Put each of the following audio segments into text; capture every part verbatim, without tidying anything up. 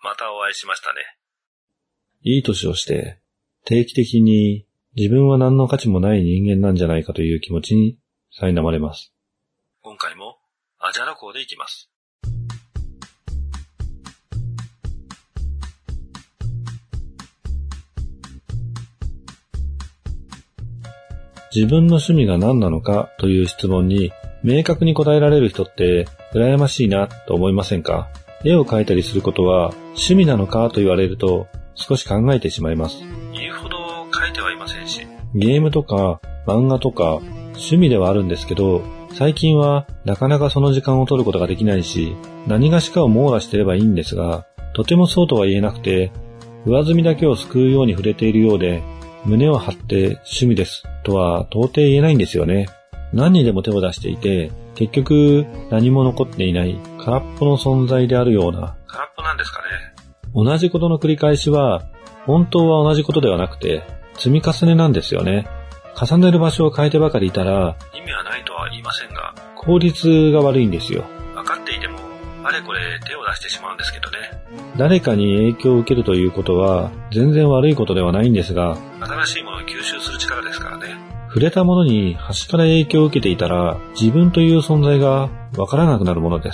またお会いしましたね。 いい年をして、定期的に自分は何の価値もない人間なんじゃないかという気持ちに苛まれます。 今回もアジャラ校で行きます。 自分の趣味が何なのかという質問に明確に答えられる人って羨ましいなと思いませんか？絵を描いたりすることは趣味なのかと言われると少し考えてしまいます。 言うほど描いてはいませんし。 ゲームとか漫画とか趣味ではあるんですけど、最近はなかなかその時間を取ることができないし、何がしかを網羅してればいいんですが、とてもそうとは言えなくて、上澄みだけをすくうように触れているようで、胸を張って趣味ですとは到底言えないんですよね。何にでも手を出していて、結局何も残っていない空っぽの存在であるような。 空っぽなんですかね。 同じことの繰り返しは、本当は同じことではなくて、積み重ねなんですよね。重ねる場所を変えてばかりいたら、 意味はないとは言いませんが、 効率が悪いんですよ。 分かっていても、あれこれ手を出してしまうんですけどね。 誰かに影響を受けるということは、全然悪いことではないんですが、 新しいものを吸収する力ですからね。 触れたものに端から影響を受けていたら、自分という存在がわからなくなるものです。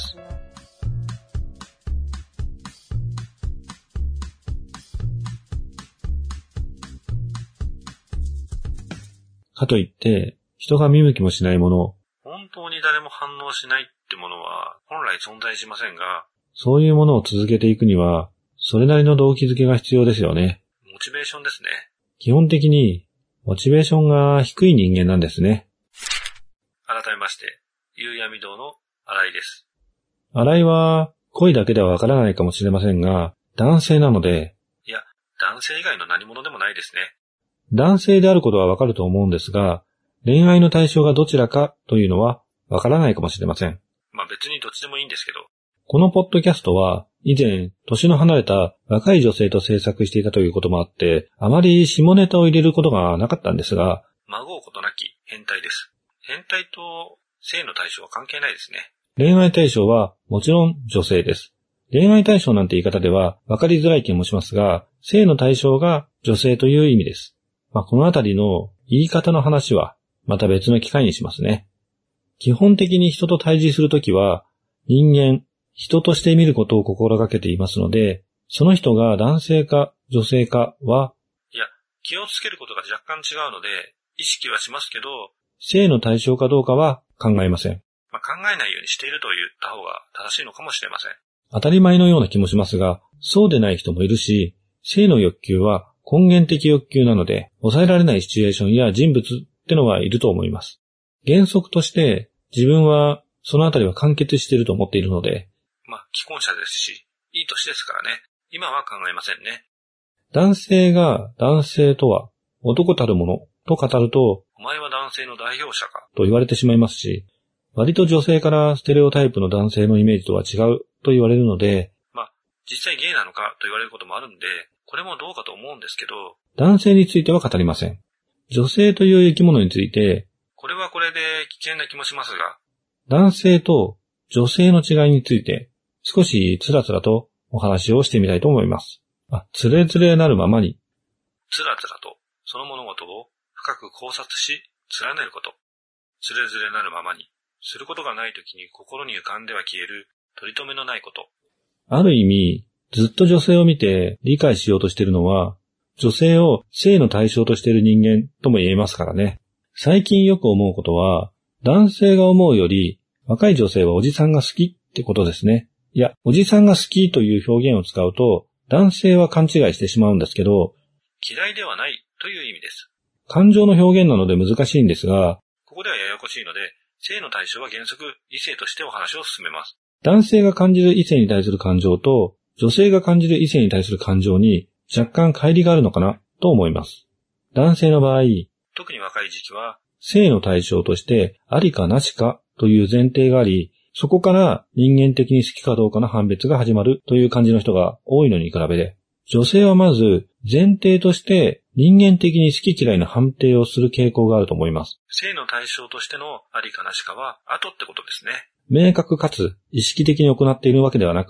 かといって、人が見向きもしないもの、 本当に誰も反応しないってものは本来存在しませんが、 そういうものを続けていくには、それなりの動機づけが必要ですよね。 モチベーションですね。 基本的に、モチベーションが低い人間なんですね。 改めまして、夕闇堂の新井です。 新井は、恋だけではわからないかもしれませんが、男性なので、 いや、男性以外の何者でもないですね。 男性であることはわかると思うんですが、恋愛の対象がどちらかというのはわからないかもしれません。 まあ別にどっちでもいいんですけど。 このポッドキャストは以前年の離れた若い女性と制作していたということもあって、あまり下ネタを入れることがなかったんですが、 孫うことなき変態です。変態と性の対象は関係ないですね。 恋愛対象はもちろん女性です。恋愛対象なんて言い方ではわかりづらい気もしますが、性の対象が女性という意味です。まあ、このあたりの言い方の話はまた別の機会にしますね。基本的に人と対峙するときは人間、人として見ることを心がけていますので、その人が男性か女性かは、 いや、気をつけることが若干違うので、意識はしますけど、 性の対象かどうかは考えません。 まあ、考えないようにしていると言った方が正しいのかもしれません。 当たり前のような気もしますが、そうでない人もいるし、性の欲求は根源的欲求なので、抑えられないシチュエーションや人物ってのはいると思います。原則として自分はそのあたりは完結していると思っているので、 まあ既婚者ですし、いい年ですからね。今は考えませんね。 男性が男性とは男たるものと語ると、 お前は男性の代表者かと言われてしまいますし、割と女性からステレオタイプの男性のイメージとは違うと言われるので、 まあ実際ゲイなのかと言われることもあるんで、これもどうかと思うんですけど、 男性については語りません。女性という生き物について、 これはこれで危険な気もしますが、 男性と女性の違いについて少しつらつらとお話をしてみたいと思います。あ、つれつれなるままに。 つらつらとその物事を深く考察し、連ねること。つれづれなるままに、することがないときに心に浮かんでは消える、取り留めのないこと。 ある意味、ずっと女性を見て理解しようとしているのは、女性を性の対象としている人間とも言えますからね。最近よく思うことは、男性が思うより若い女性はおじさんが好きってことですね。いや、おじさんが好きという表現を使うと、男性は勘違いしてしまうんですけど、 嫌いではないという意味です。 感情の表現なので難しいんですが、 ここではややこしいので、性の対象は原則異性としてお話を進めます。 男性が感じる異性に対する感情と、女性が感じる異性に対する感情に若干乖離があるのかなと思います。男性の場合、 特に若い時期は、 性の対象としてありかなしかという前提があり、そこから人間的に好きかどうかの判別が始まるという感じの人が多いのに比べて、女性はまず前提として人間的に好き嫌いの判定をする傾向があると思います。 性の対象としてのありかなしかは後ってことですね。 明確かつ意識的に行っているわけではなく、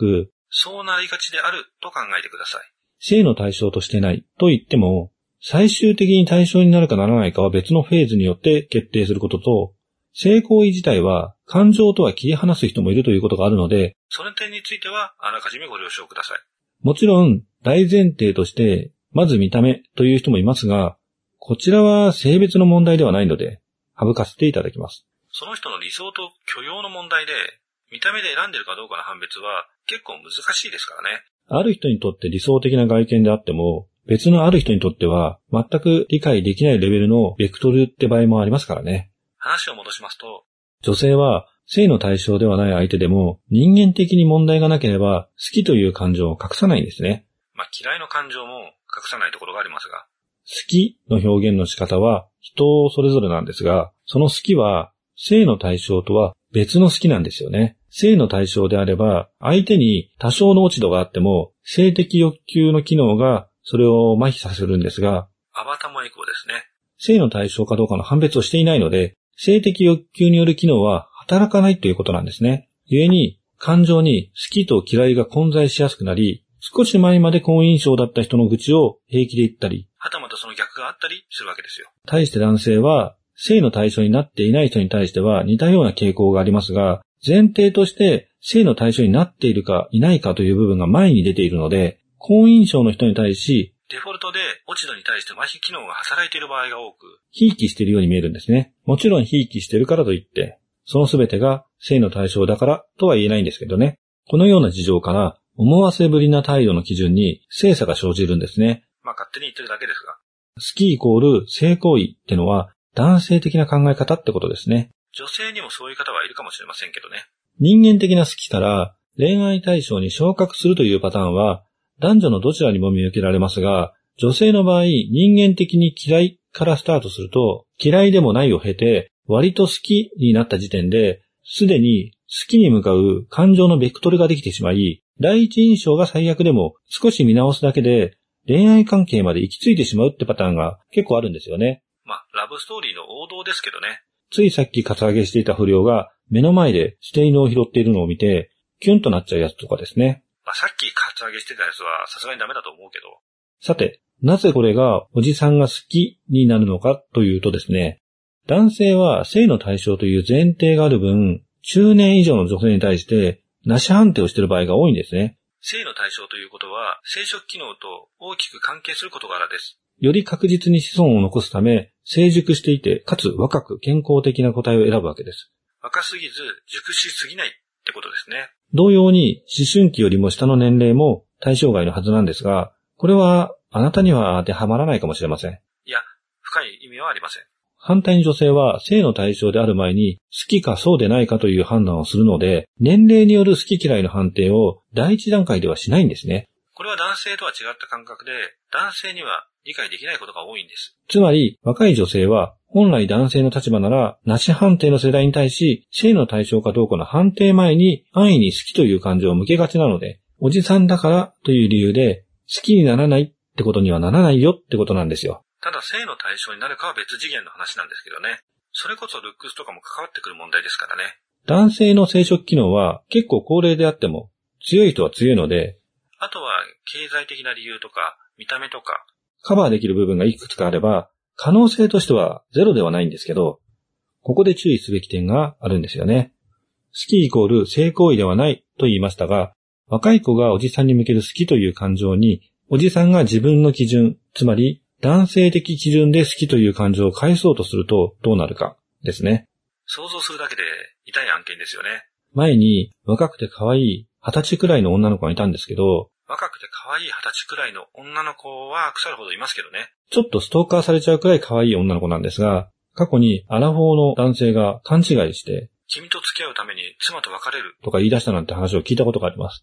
そうなりがちであると考えてください。 性の対象としてないと言っても、最終的に対象になるかならないかは別のフェーズによって決定することと、性行為自体は感情とは切り離す人もいるということがあるので、 その点についてはあらかじめご了承ください。 もちろん大前提として、まず見た目という人もいますが、こちらは性別の問題ではないので、省かせていただきます。 その人の理想と許容の問題で、見た目で選んでるかどうかの判別は結構難しいですからね。 ある人にとって理想的な外見であっても、別のある人にとっては全く理解できないレベルのベクトルって場合もありますからね。 話を戻しますと、 女性は性の対象ではない相手でも人間的に問題がなければ好きという感情を隠さないんですね。 まあ嫌いの感情も隠さないところがありますが、 好きの表現の仕方は人それぞれなんですが、その好きは性の対象とは別の好きなんですよね。性の対象であれば相手に多少の落ち度があっても性的欲求の機能がそれを麻痺させるんですが、 アバタモエコーですね。 性の対象かどうかの判別をしていないので、性的欲求による機能は働かないということなんですね。故に感情に好きと嫌いが混在しやすくなり、少し前まで好印象だった人の愚痴を平気で言ったり、 はたまたその逆があったりするわけですよ。 対して男性は性の対象になっていない人に対しては似たような傾向がありますが、前提として性の対象になっているかいないかという部分が前に出ているので、好印象の人に対し、 デフォルトで落ち度に対して麻痺機能が働いている場合が多く、 ひいきしているように見えるんですね。もちろんひいきしているからといって、そのすべてが性の対象だからとは言えないんですけどね。このような事情から、思わせぶりな態度の基準に性差が生じるんですね。 まあ勝手に言ってるだけですが。 好きイコール性行為ってのは男性的な考え方ってことですね。 女性にもそういう方はいるかもしれませんけどね。 人間的な好きから恋愛対象に昇格するというパターンは男女のどちらにも見受けられますが、女性の場合人間的に嫌いからスタートすると嫌いでもないを経て割と好きになった時点ですでに好きに向かう感情のベクトルができてしまい、第一印象が最悪でも少し見直すだけで恋愛関係まで行き着いてしまうってパターンが結構あるんですよね。 まあ、ラブストーリーの王道ですけどね。 ついさっきカツアゲしていた不良が目の前で捨て犬を拾っているのを見てキュンとなっちゃうやつとかですね。 まあ、さっきカツアゲしてたやつはさすがにダメだと思うけど。 さて、なぜこれがおじさんが好きになるのかというとですね、男性は性の対象という前提がある分、中年以上の女性に対してなし判定をしている場合が多いんですね。 性の対象ということは生殖機能と大きく関係する事柄です。 より確実に子孫を残すため、成熟していて、かつ若く健康的な個体を選ぶわけです。 若すぎず熟しすぎないってことですね。 同様に思春期よりも下の年齢も対象外のはずなんですが、これはあなたには当てはまらないかもしれません。 いや、深い意味はありません。 反対に女性は性の対象である前に好きかそうでないかという判断をするので、年齢による好き嫌いの判定を第一段階ではしないんですね。 これは男性とは違った感覚で、男性には理解できないことが多いんです。 つまり、若い女性は本来男性の立場なら、なし判定の世代に対し、性の対象かどうかの判定前に安易に好きという感情を向けがちなので、おじさんだからという理由で好きにならないってことにはならないよってことなんですよ。 ただ性の対象になるかは別次元の話なんですけどね。それこそルックスとかも関わってくる問題ですからね。 男性の生殖機能は結構高齢であっても強い人は強いので、 あとは経済的な理由とか見た目とかカバーできる部分がいくつかあれば可能性としてはゼロではないんですけど、ここで注意すべき点があるんですよね。好きイコール性行為ではないと言いましたが、若い子がおじさんに向ける好きという感情におじさんが自分の基準、つまり男性的基準で好きという感情を返そうとするとどうなるかですね。 想像するだけで痛い案件ですよね。 前に若くて可愛い二十歳くらいの女の子がいたんですけど、 若くて可愛い二十歳くらいの女の子は腐るほどいますけどね。 ちょっとストーカーされちゃうくらい可愛い女の子なんですが、過去にアラフォーの男性が勘違いして、 君と付き合うために妻と別れるとか言い出したなんて話を聞いたことがあります。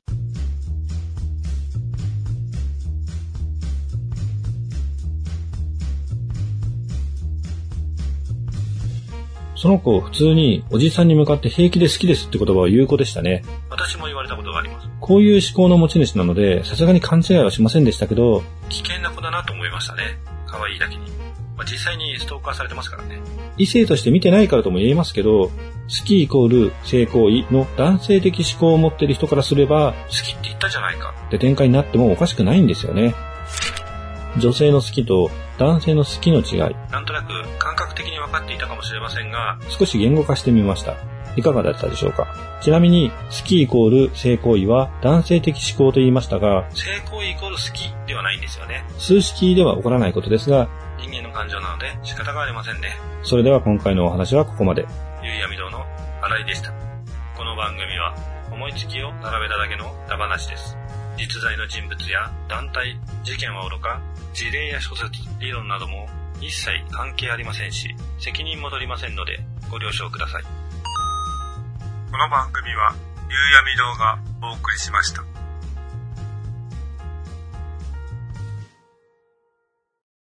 その子、普通におじさんに向かって平気で好きですって言葉を言う子でしたね。 私も言われたことがあります。 こういう思考の持ち主なので、さすがに勘違いはしませんでしたけど、 危険な子だなと思いましたね。可愛いだけに。 まあ、実際にストーカーされてますからね。 異性として見てないからとも言えますけど、好きイコール性行為の男性的思考を持っている人からすれば、 好きって言ったじゃないかって展開になってもおかしくないんですよね。女性の好きと男性の好きの違い。 なんとなく感覚的に分かっていたかもしれませんが、 少し言語化してみました。いかがだったでしょうか。ちなみに、好きイコール性行為は男性的思考と言いましたが、 性行為イコール好きではないんですよね。 数式では起こらないことですが、 人間の感情なので仕方がありませんね。 それでは今回のお話はここまで。 ゆいやみ堂の新井でした。この番組は思いつきを並べただけのダ話です。実在の人物や団体、事件はおろか、事例や諸説、理論なども一切関係ありませんし、責任も取りませんのでご了承ください。この番組はゆうやみ堂がお送りしました。